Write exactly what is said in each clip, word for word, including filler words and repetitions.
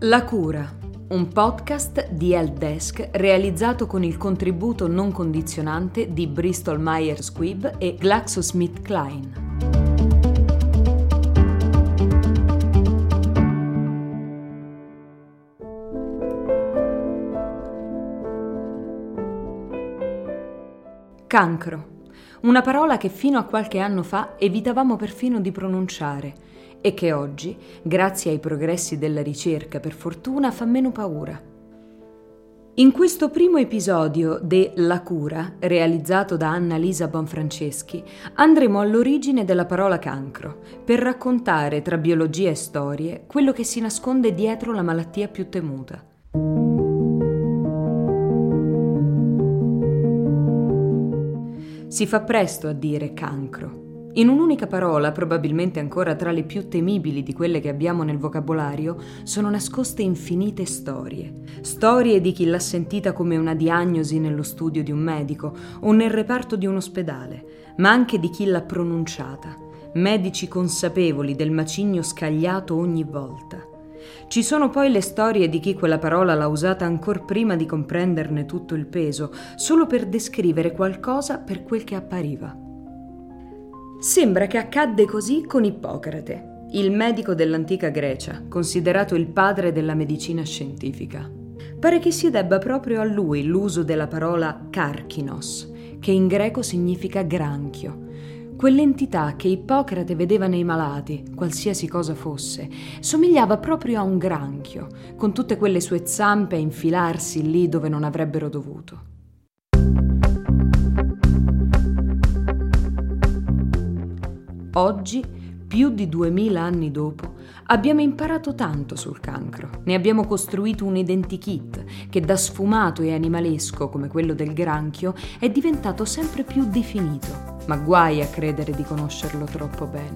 La cura, un podcast di Helpdesk realizzato con il contributo non condizionante di Bristol Myers Squibb e GlaxoSmithKline. Cancro, una parola che fino a qualche anno fa evitavamo perfino di pronunciare e che oggi, grazie ai progressi della ricerca, per fortuna, fa meno paura. In questo primo episodio de La cura, realizzato da Annalisa Bonfranceschi, andremo all'origine della parola cancro, per raccontare tra biologia e storie quello che si nasconde dietro la malattia più temuta. Si fa presto a dire cancro. In un'unica parola, probabilmente ancora tra le più temibili di quelle che abbiamo nel vocabolario, sono nascoste infinite storie. Storie di chi l'ha sentita come una diagnosi nello studio di un medico o nel reparto di un ospedale, ma anche di chi l'ha pronunciata. Medici consapevoli del macigno scagliato ogni volta. Ci sono poi le storie di chi quella parola l'ha usata ancor prima di comprenderne tutto il peso, solo per descrivere qualcosa per quel che appariva. Sembra che accadde così con Ippocrate, il medico dell'antica Grecia, considerato il padre della medicina scientifica. Pare che si debba proprio a lui l'uso della parola karkinos, che in greco significa granchio. Quell'entità che Ippocrate vedeva nei malati, qualsiasi cosa fosse, somigliava proprio a un granchio, con tutte quelle sue zampe a infilarsi lì dove non avrebbero dovuto. Oggi, più di duemila anni dopo, abbiamo imparato tanto sul cancro. Ne abbiamo costruito un identikit che da sfumato e animalesco come quello del granchio è diventato sempre più definito, ma guai a credere di conoscerlo troppo bene.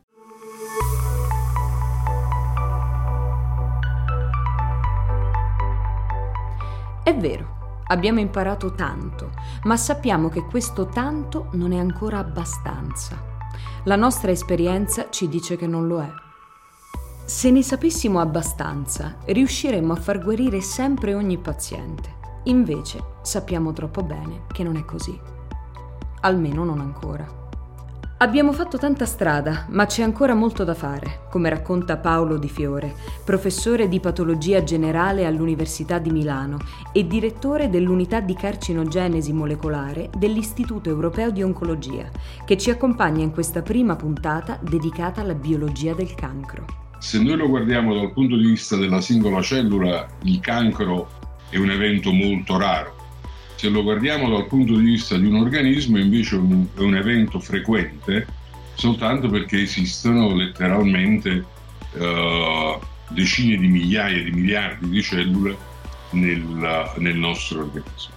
È vero, abbiamo imparato tanto, ma sappiamo che questo tanto non è ancora abbastanza. La nostra esperienza ci dice che non lo è. Se ne sapessimo abbastanza, riusciremmo a far guarire sempre ogni paziente. Invece, sappiamo troppo bene che non è così. Almeno non ancora. Abbiamo fatto tanta strada, ma c'è ancora molto da fare, come racconta Paolo Di Fiore, professore di patologia generale all'Università di Milano e direttore dell'unità di carcinogenesi molecolare dell'Istituto Europeo di Oncologia, che ci accompagna in questa prima puntata dedicata alla biologia del cancro. Se noi lo guardiamo dal punto di vista della singola cellula, il cancro è un evento molto raro. Se lo guardiamo dal punto di vista di un organismo, invece è un, è un evento frequente, soltanto perché esistono letteralmente uh, decine di migliaia di miliardi di cellule nel, nel nostro organismo.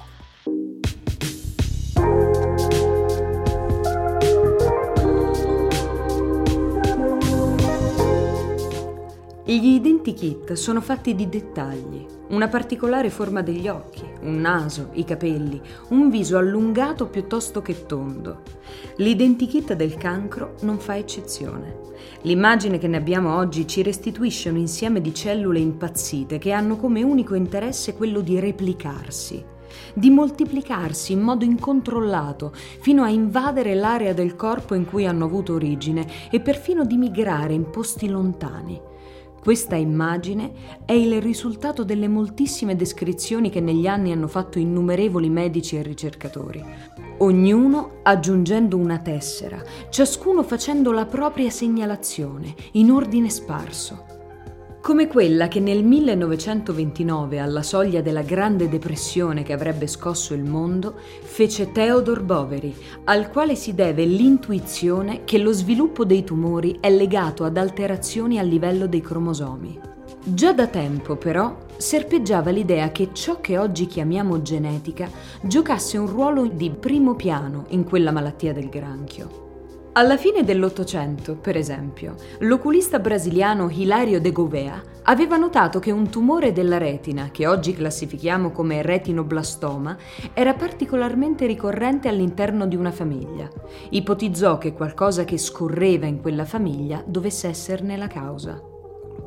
Gli identikit sono fatti di dettagli, una particolare forma degli occhi, un naso, i capelli, un viso allungato piuttosto che tondo. L'identikit del cancro non fa eccezione. L'immagine che ne abbiamo oggi ci restituisce un insieme di cellule impazzite che hanno come unico interesse quello di replicarsi, di moltiplicarsi in modo incontrollato fino a invadere l'area del corpo in cui hanno avuto origine e perfino di migrare in posti lontani. Questa immagine è il risultato delle moltissime descrizioni che negli anni hanno fatto innumerevoli medici e ricercatori, ognuno aggiungendo una tessera, ciascuno facendo la propria segnalazione, in ordine sparso. Come quella che nel millenovecentoventinove, alla soglia della Grande Depressione che avrebbe scosso il mondo, fece Theodore Boveri, al quale si deve l'intuizione che lo sviluppo dei tumori è legato ad alterazioni a livello dei cromosomi. Già da tempo, però, serpeggiava l'idea che ciò che oggi chiamiamo genetica giocasse un ruolo di primo piano in quella malattia del granchio. Alla fine dell'Ottocento, per esempio, l'oculista brasiliano Hilario de Gouveia aveva notato che un tumore della retina, che oggi classifichiamo come retinoblastoma, era particolarmente ricorrente all'interno di una famiglia. Ipotizzò che qualcosa che scorreva in quella famiglia dovesse esserne la causa.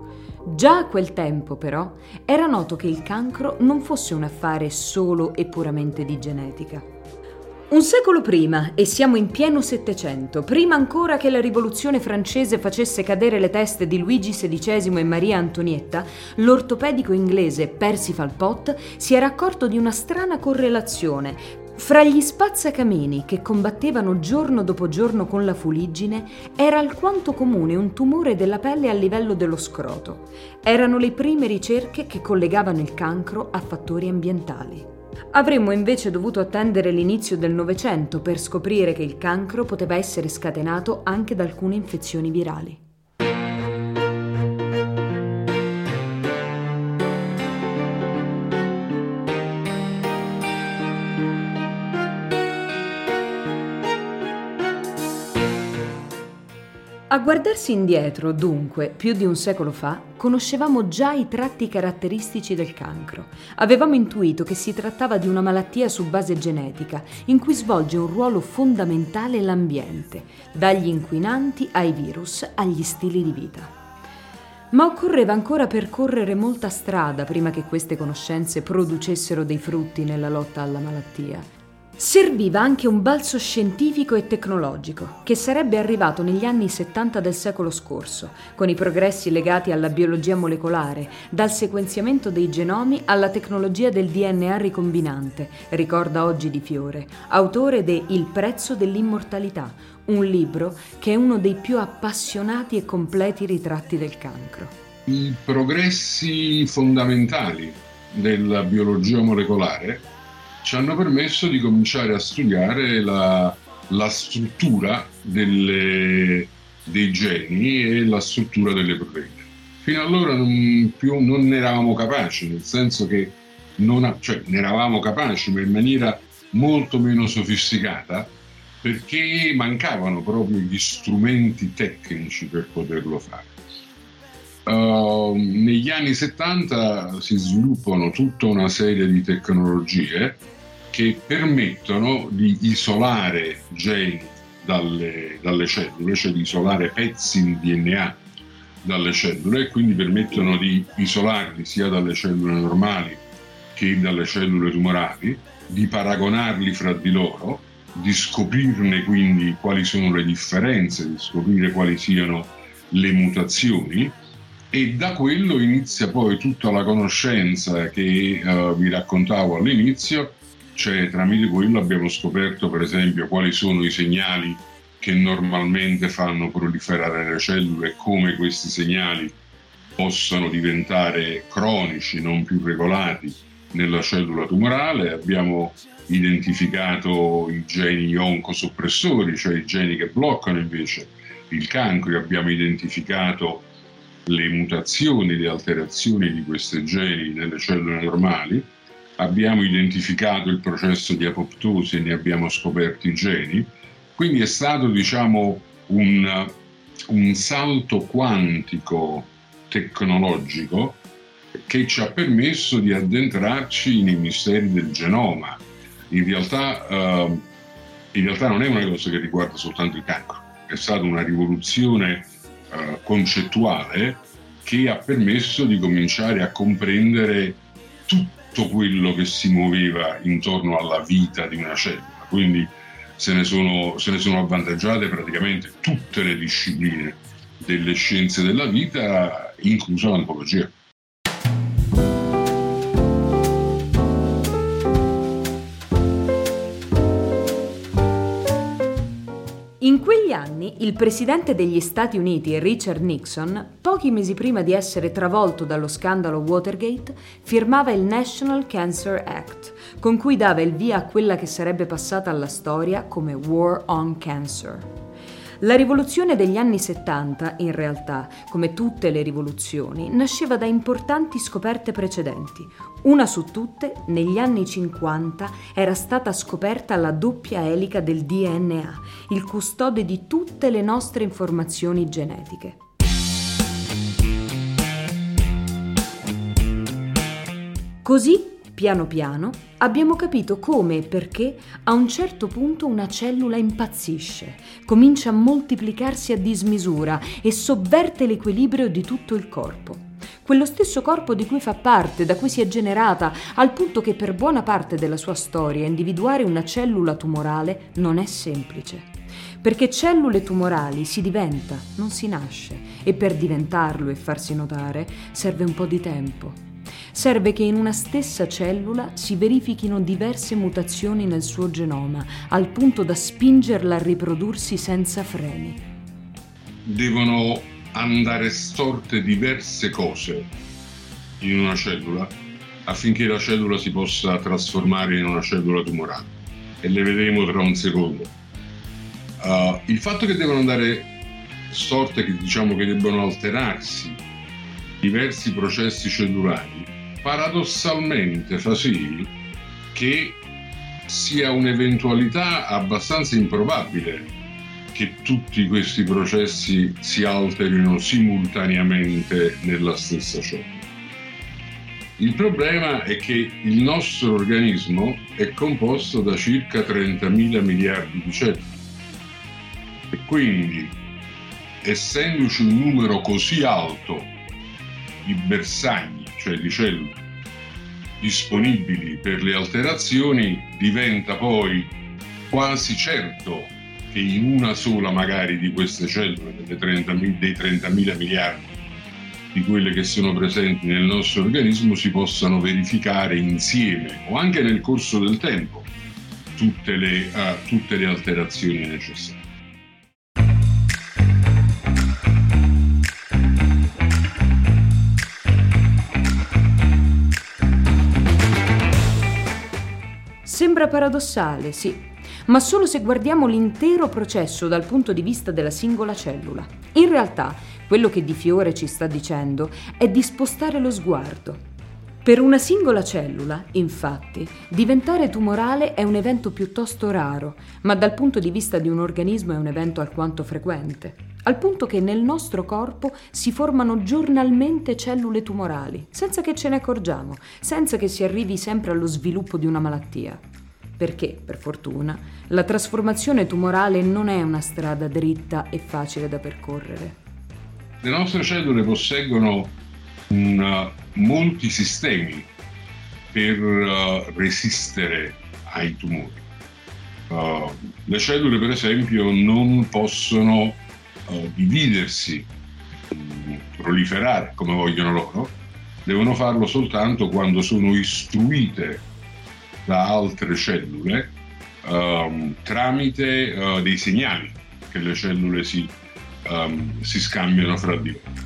Già a quel tempo, però, era noto che il cancro non fosse un affare solo e puramente di genetica. Un secolo prima, e siamo in pieno Settecento, prima ancora che la rivoluzione francese facesse cadere le teste di Luigi sedicesimo e Maria Antonietta, l'ortopedico inglese Percival Pott si era accorto di una strana correlazione. Fra gli spazzacamini che combattevano giorno dopo giorno con la fuliggine, era alquanto comune un tumore della pelle a livello dello scroto. Erano le prime ricerche che collegavano il cancro a fattori ambientali. Avremmo invece dovuto attendere l'inizio del Novecento per scoprire che il cancro poteva essere scatenato anche da alcune infezioni virali. A guardarsi indietro, dunque, più di un secolo fa, conoscevamo già i tratti caratteristici del cancro. Avevamo intuito che si trattava di una malattia su base genetica, in cui svolge un ruolo fondamentale l'ambiente, dagli inquinanti ai virus agli stili di vita. Ma occorreva ancora percorrere molta strada prima che queste conoscenze producessero dei frutti nella lotta alla malattia. Serviva anche un balzo scientifico e tecnologico, che sarebbe arrivato negli anni settanta del secolo scorso, con i progressi legati alla biologia molecolare, dal sequenziamento dei genomi alla tecnologia del D N A ricombinante, ricorda oggi Di Fiore, autore de Il prezzo dell'immortalità, un libro che è uno dei più appassionati e completi ritratti del cancro. I progressi fondamentali della biologia molecolare ci hanno permesso di cominciare a studiare la, la struttura delle, dei geni e la struttura delle proteine. Fino allora non, più, non ne eravamo capaci, nel senso che non, cioè, ne eravamo capaci, ma in maniera molto meno sofisticata, perché mancavano proprio gli strumenti tecnici per poterlo fare. Uh, negli anni settanta si sviluppano tutta una serie di tecnologie che permettono di isolare geni dalle, dalle cellule, cioè di isolare pezzi di D N A dalle cellule, e quindi permettono di isolarli sia dalle cellule normali che dalle cellule tumorali, di paragonarli fra di loro, di scoprirne quindi quali sono le differenze, di scoprire quali siano le mutazioni. E da quello inizia poi tutta la conoscenza che uh, vi raccontavo all'inizio, cioè tramite quello abbiamo scoperto per esempio quali sono i segnali che normalmente fanno proliferare le cellule e come questi segnali possano diventare cronici, non più regolati nella cellula tumorale. Abbiamo identificato i geni oncosoppressori, cioè i geni che bloccano invece il cancro, e abbiamo identificato le mutazioni, le alterazioni di questi geni nelle cellule normali. Abbiamo identificato il processo di apoptosi e ne abbiamo scoperto i geni. Quindi è stato, diciamo, un, un salto quantico tecnologico che ci ha permesso di addentrarci nei misteri del genoma. In realtà, uh, in realtà non è una cosa che riguarda soltanto il cancro, è stata una rivoluzione uh, concettuale che ha permesso di cominciare a comprendere tutto quello che si muoveva intorno alla vita di una cellula. Quindi se ne sono, se ne sono avvantaggiate praticamente tutte le discipline delle scienze della vita, inclusa l'antropologia. In quegli anni il presidente degli Stati Uniti, Richard Nixon, pochi mesi prima di essere travolto dallo scandalo Watergate, firmava il National Cancer Act, con cui dava il via a quella che sarebbe passata alla storia come War on Cancer. La rivoluzione degli anni settanta, in realtà, come tutte le rivoluzioni, nasceva da importanti scoperte precedenti. Una su tutte, negli anni cinquanta, era stata scoperta la doppia elica del D N A, il custode di tutte le nostre informazioni genetiche. Così, piano piano, abbiamo capito come e perché a un certo punto una cellula impazzisce, comincia a moltiplicarsi a dismisura e sovverte l'equilibrio di tutto il corpo. quello stesso corpo di cui fa parte, da cui si è generata, al punto che per buona parte della sua storia individuare una cellula tumorale non è semplice. Perché cellule tumorali si diventa, non si nasce, e per diventarlo e farsi notare serve un po' di tempo. Serve che in una stessa cellula si verifichino diverse mutazioni nel suo genoma, al punto da spingerla a riprodursi senza freni. Devono andare storte diverse cose in una cellula affinché la cellula si possa trasformare in una cellula tumorale, e le vedremo tra un secondo. Uh, il fatto che devono andare storte, che diciamo che debbano alterarsi diversi processi cellulari, paradossalmente fa sì che sia un'eventualità abbastanza improbabile che tutti questi processi si alterino simultaneamente nella stessa cellula. Il problema è che il nostro organismo è composto da circa trentamila miliardi di cellule, e quindi, essendoci un numero così alto di bersagli, cioè di cellule disponibili per le alterazioni, diventa poi quasi certo che in una sola magari di queste cellule, delle trentamila, dei trentamila miliardi di quelle che sono presenti nel nostro organismo, si possano verificare insieme o anche nel corso del tempo tutte le, uh, tutte le alterazioni necessarie. Sembra paradossale, sì, ma solo se guardiamo l'intero processo dal punto di vista della singola cellula. In realtà, quello che Di Fiore ci sta dicendo è di spostare lo sguardo. Per una singola cellula, infatti, diventare tumorale è un evento piuttosto raro, ma dal punto di vista di un organismo è un evento alquanto frequente, al punto che nel nostro corpo si formano giornalmente cellule tumorali, senza che ce ne accorgiamo, senza che si arrivi sempre allo sviluppo di una malattia. Perché, per fortuna, la trasformazione tumorale non è una strada dritta e facile da percorrere. Le nostre cellule posseggono un, molti sistemi per uh, resistere ai tumori. Uh, le cellule, per esempio, non possono uh, dividersi, um, proliferare come vogliono loro, devono farlo soltanto quando sono istruite da altre cellule um, tramite uh, dei segnali che le cellule si, um, si scambiano fra di loro.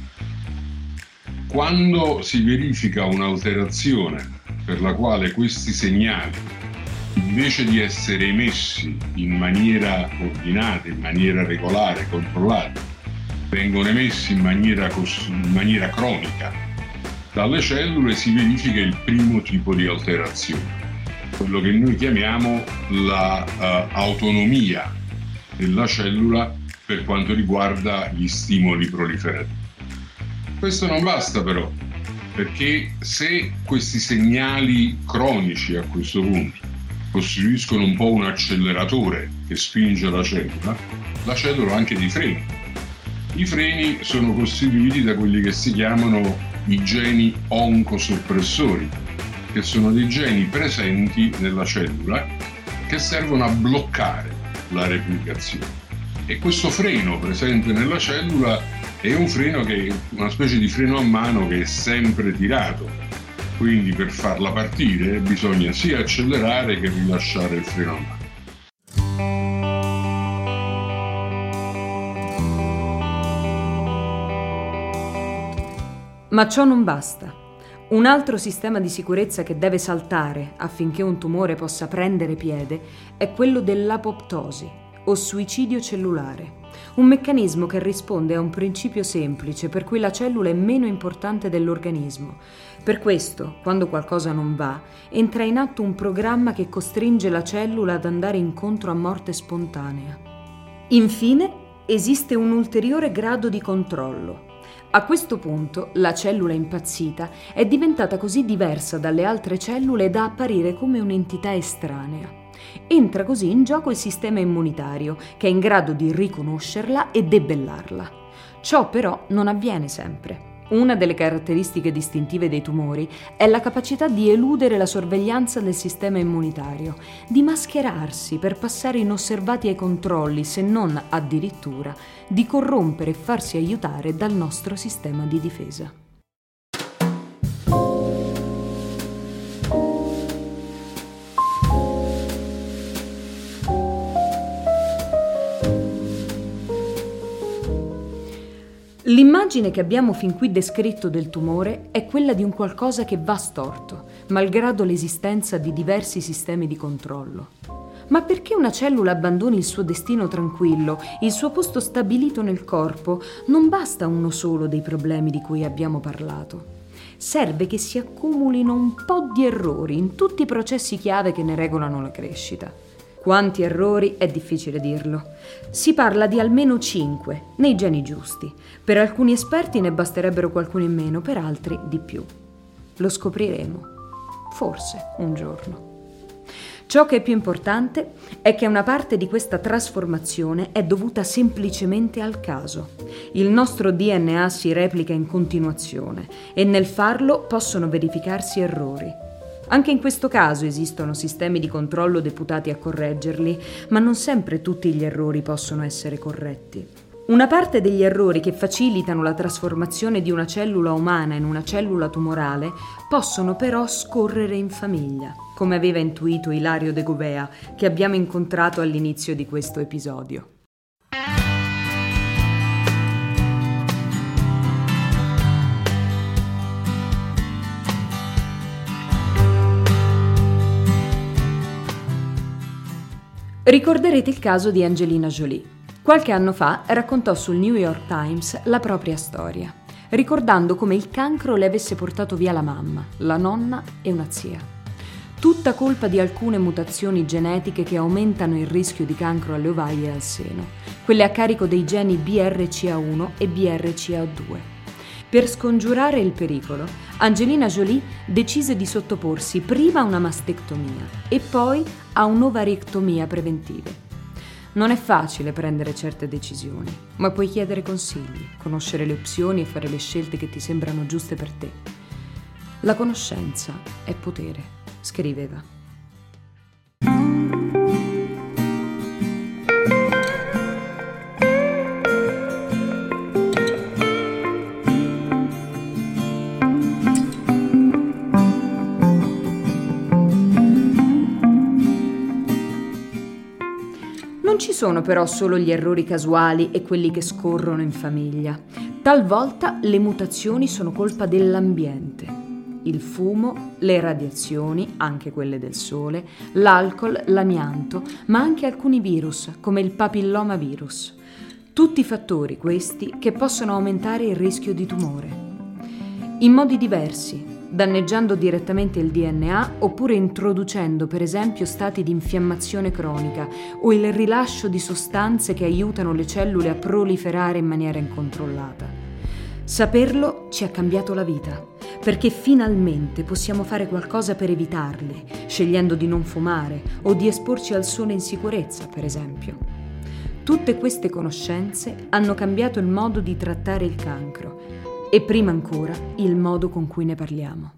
Quando si verifica un'alterazione per la quale questi segnali, invece di essere emessi in maniera ordinata, in maniera regolare, controllata, vengono emessi in maniera, in maniera cronica dalle cellule, si verifica il primo tipo di alterazione, quello che noi chiamiamo la uh, autonomia della cellula per quanto riguarda gli stimoli proliferativi. Questo non basta però, perché se questi segnali cronici a questo punto costituiscono un po' un acceleratore che spinge la cellula, la cellula ha anche dei freni. I freni sono costituiti da quelli che si chiamano i geni oncosoppressori, che sono dei geni presenti nella cellula che servono a bloccare la replicazione. E questo freno presente nella cellula è un freno che è una specie di freno a mano che è sempre tirato, quindi per farla partire bisogna sia accelerare che rilasciare il freno a mano. Ma ciò non basta. Un altro sistema di sicurezza che deve saltare affinché un tumore possa prendere piede è quello dell'apoptosi, o suicidio cellulare, un meccanismo che risponde a un principio semplice per cui la cellula è meno importante dell'organismo. Per questo, quando qualcosa non va, entra in atto un programma che costringe la cellula ad andare incontro a morte spontanea. Infine, esiste un ulteriore grado di controllo. A questo punto, la cellula impazzita è diventata così diversa dalle altre cellule da apparire come un'entità estranea. Entra così in gioco il sistema immunitario, che è in grado di riconoscerla e debellarla. Ciò però non avviene sempre. Una delle caratteristiche distintive dei tumori è la capacità di eludere la sorveglianza del sistema immunitario, di mascherarsi per passare inosservati ai controlli, se non addirittura di corrompere e farsi aiutare dal nostro sistema di difesa. L'immagine che abbiamo fin qui descritto del tumore è quella di un qualcosa che va storto, malgrado l'esistenza di diversi sistemi di controllo. Ma perché una cellula abbandoni il suo destino tranquillo, il suo posto stabilito nel corpo, non basta uno solo dei problemi di cui abbiamo parlato. Serve che si accumulino un po' di errori in tutti i processi chiave che ne regolano la crescita. Quanti errori è difficile dirlo. Si parla di almeno cinque, nei geni giusti. Per alcuni esperti ne basterebbero qualcuno in meno, per altri di più. Lo scopriremo, forse un giorno. Ciò che è più importante è che una parte di questa trasformazione è dovuta semplicemente al caso. Il nostro D N A si replica in continuazione e nel farlo possono verificarsi errori. Anche in questo caso esistono sistemi di controllo deputati a correggerli, ma non sempre tutti gli errori possono essere corretti. Una parte degli errori che facilitano la trasformazione di una cellula umana in una cellula tumorale possono però scorrere in famiglia, come aveva intuito Ilario De Govea, che abbiamo incontrato all'inizio di questo episodio. Ricorderete il caso di Angelina Jolie. Qualche anno fa raccontò sul New York Times la propria storia, ricordando come il cancro le avesse portato via la mamma, la nonna e una zia. Tutta colpa di alcune mutazioni genetiche che aumentano il rischio di cancro alle ovaie e al seno, quelle a carico dei geni B R C A uno e B R C A due. Per scongiurare il pericolo, Angelina Jolie decise di sottoporsi prima a una mastectomia e poi a un'ovariectomia preventiva. Non è facile prendere certe decisioni, ma puoi chiedere consigli, conoscere le opzioni e fare le scelte che ti sembrano giuste per te. La conoscenza è potere, scriveva. Non ci sono però solo gli errori casuali e quelli che scorrono in famiglia. Talvolta le mutazioni sono colpa dell'ambiente. Il fumo, le radiazioni, anche quelle del sole, l'alcol, l'amianto, ma anche alcuni virus, come il papillomavirus. Tutti fattori questi che possono aumentare il rischio di tumore. In modi diversi, danneggiando direttamente il D N A oppure introducendo per esempio stati di infiammazione cronica o il rilascio di sostanze che aiutano le cellule a proliferare in maniera incontrollata. Saperlo ci ha cambiato la vita, perché finalmente possiamo fare qualcosa per evitarli, scegliendo di non fumare o di esporci al sole in sicurezza, per esempio. Tutte queste conoscenze hanno cambiato il modo di trattare il cancro e prima ancora il modo con cui ne parliamo.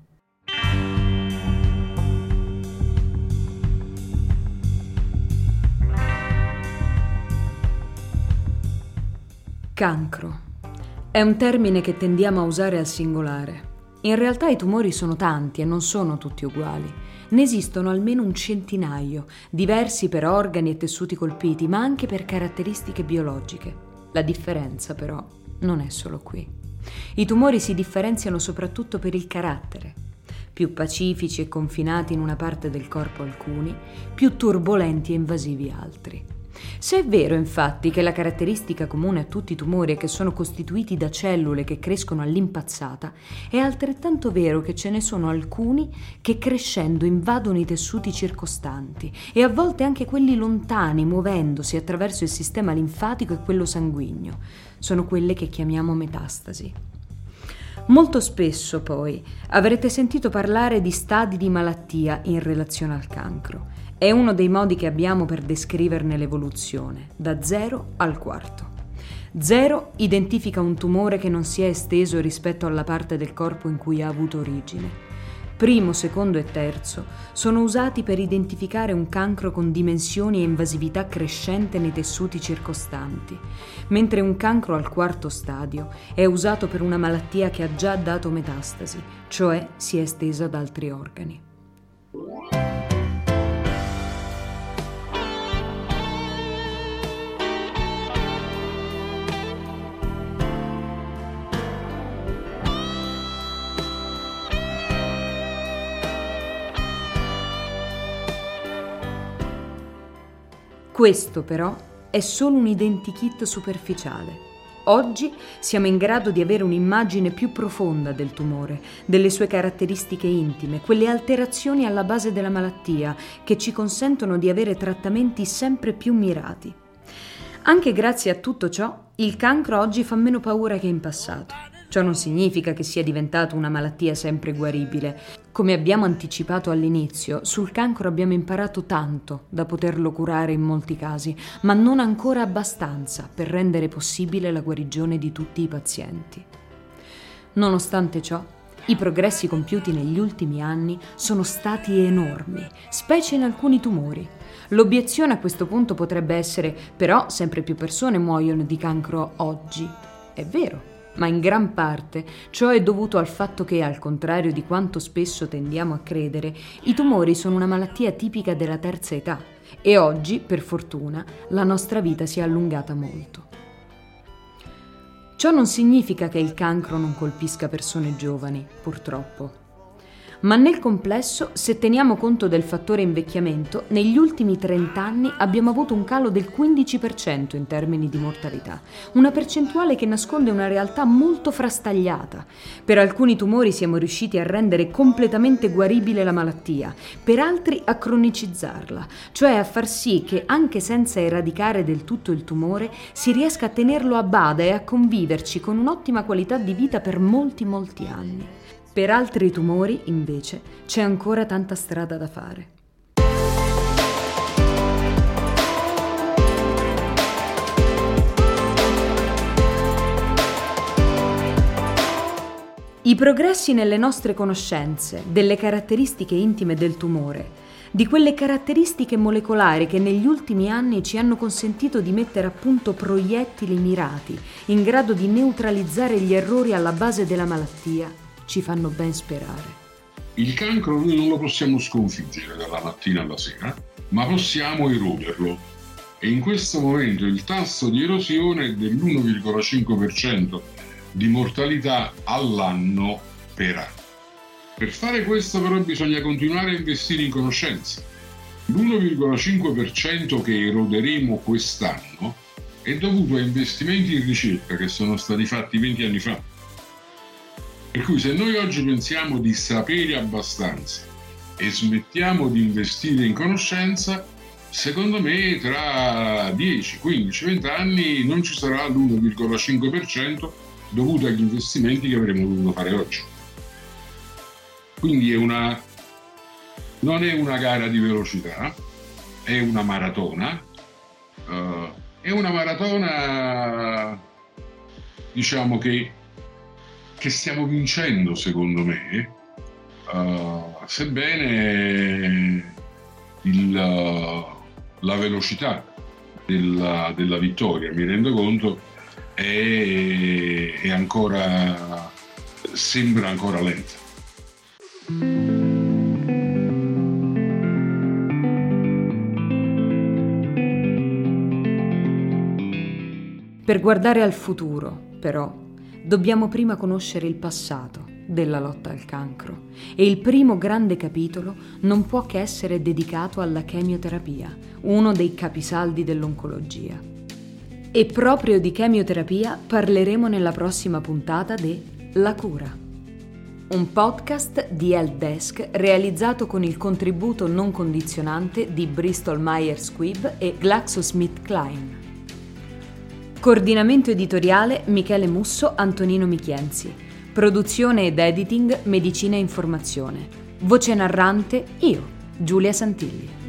Cancro è un termine che tendiamo a usare al singolare. In realtà i tumori sono tanti e non sono tutti uguali. Ne esistono almeno un centinaio, diversi per organi e tessuti colpiti, ma anche per caratteristiche biologiche. La differenza però non è solo qui. I tumori si differenziano soprattutto per il carattere. Più pacifici e confinati in una parte del corpo alcuni, più turbolenti e invasivi altri. Se è vero infatti che la caratteristica comune a tutti i tumori è che sono costituiti da cellule che crescono all'impazzata, è altrettanto vero che ce ne sono alcuni che crescendo invadono i tessuti circostanti e a volte anche quelli lontani, muovendosi attraverso il sistema linfatico e quello sanguigno. Sono quelle che chiamiamo metastasi. Molto spesso poi avrete sentito parlare di stadi di malattia in relazione al cancro. È uno dei modi che abbiamo per descriverne l'evoluzione, da zero al quarto. Zero identifica un tumore che non si è esteso rispetto alla parte del corpo in cui ha avuto origine. Primo, secondo e terzo sono usati per identificare un cancro con dimensioni e invasività crescente nei tessuti circostanti, mentre un cancro al quarto stadio è usato per una malattia che ha già dato metastasi, cioè si è estesa ad altri organi. Questo però è solo un identikit superficiale. Oggi siamo in grado di avere un'immagine più profonda del tumore, delle sue caratteristiche intime, quelle alterazioni alla base della malattia che ci consentono di avere trattamenti sempre più mirati. Anche grazie a tutto ciò, il cancro oggi fa meno paura che in passato. Ciò non significa che sia diventato una malattia sempre guaribile. Come abbiamo anticipato all'inizio, sul cancro abbiamo imparato tanto da poterlo curare in molti casi, ma non ancora abbastanza per rendere possibile la guarigione di tutti i pazienti. Nonostante ciò, i progressi compiuti negli ultimi anni sono stati enormi, specie in alcuni tumori. L'obiezione a questo punto potrebbe essere: però sempre più persone muoiono di cancro oggi. È vero. Ma in gran parte ciò è dovuto al fatto che, al contrario di quanto spesso tendiamo a credere, i tumori sono una malattia tipica della terza età e oggi, per fortuna, la nostra vita si è allungata molto. Ciò non significa che il cancro non colpisca persone giovani, purtroppo. Ma nel complesso, se teniamo conto del fattore invecchiamento, negli ultimi trent'anni abbiamo avuto un calo del quindici per cento in termini di mortalità, una percentuale che nasconde una realtà molto frastagliata. Per alcuni tumori siamo riusciti a rendere completamente guaribile la malattia, per altri a cronicizzarla, cioè a far sì che, anche senza eradicare del tutto il tumore, si riesca a tenerlo a bada e a conviverci con un'ottima qualità di vita per molti molti anni. Per altri tumori, invece, c'è ancora tanta strada da fare. I progressi nelle nostre conoscenze delle caratteristiche intime del tumore, di quelle caratteristiche molecolari che negli ultimi anni ci hanno consentito di mettere a punto proiettili mirati, in grado di neutralizzare gli errori alla base della malattia, ci fanno ben sperare. Il cancro noi non lo possiamo sconfiggere dalla mattina alla sera, ma possiamo eroderlo. E in questo momento il tasso di erosione è dell'uno virgola cinque per cento di mortalità all'anno per anno. Per fare questo però bisogna continuare a investire in conoscenza. L'uno virgola cinque per cento che eroderemo quest'anno è dovuto a investimenti in ricerca che sono stati fatti venti anni fa. Per cui se noi oggi pensiamo di sapere abbastanza e smettiamo di investire in conoscenza, secondo me tra dieci, quindici, venti anni non ci sarà l'uno virgola cinque per cento dovuto agli investimenti che avremmo dovuto fare oggi. Quindi è una, non è una gara di velocità, è una maratona, uh, è una maratona diciamo che che stiamo vincendo, secondo me, uh, sebbene il, la velocità della, della vittoria, mi rendo conto, è, è ancora, sembra ancora lenta. Per guardare al futuro, però, dobbiamo prima conoscere il passato della lotta al cancro e il primo grande capitolo non può che essere dedicato alla chemioterapia, uno dei capisaldi dell'oncologia. E proprio di chemioterapia parleremo nella prossima puntata di La Cura, un podcast di HealthDesk realizzato con il contributo non condizionante di Bristol Myers Squibb e GlaxoSmithKline. Coordinamento editoriale Michele Musso, Antonino Michienzi. Produzione ed editing Medicina e Informazione. Voce narrante io, Giulia Santilli.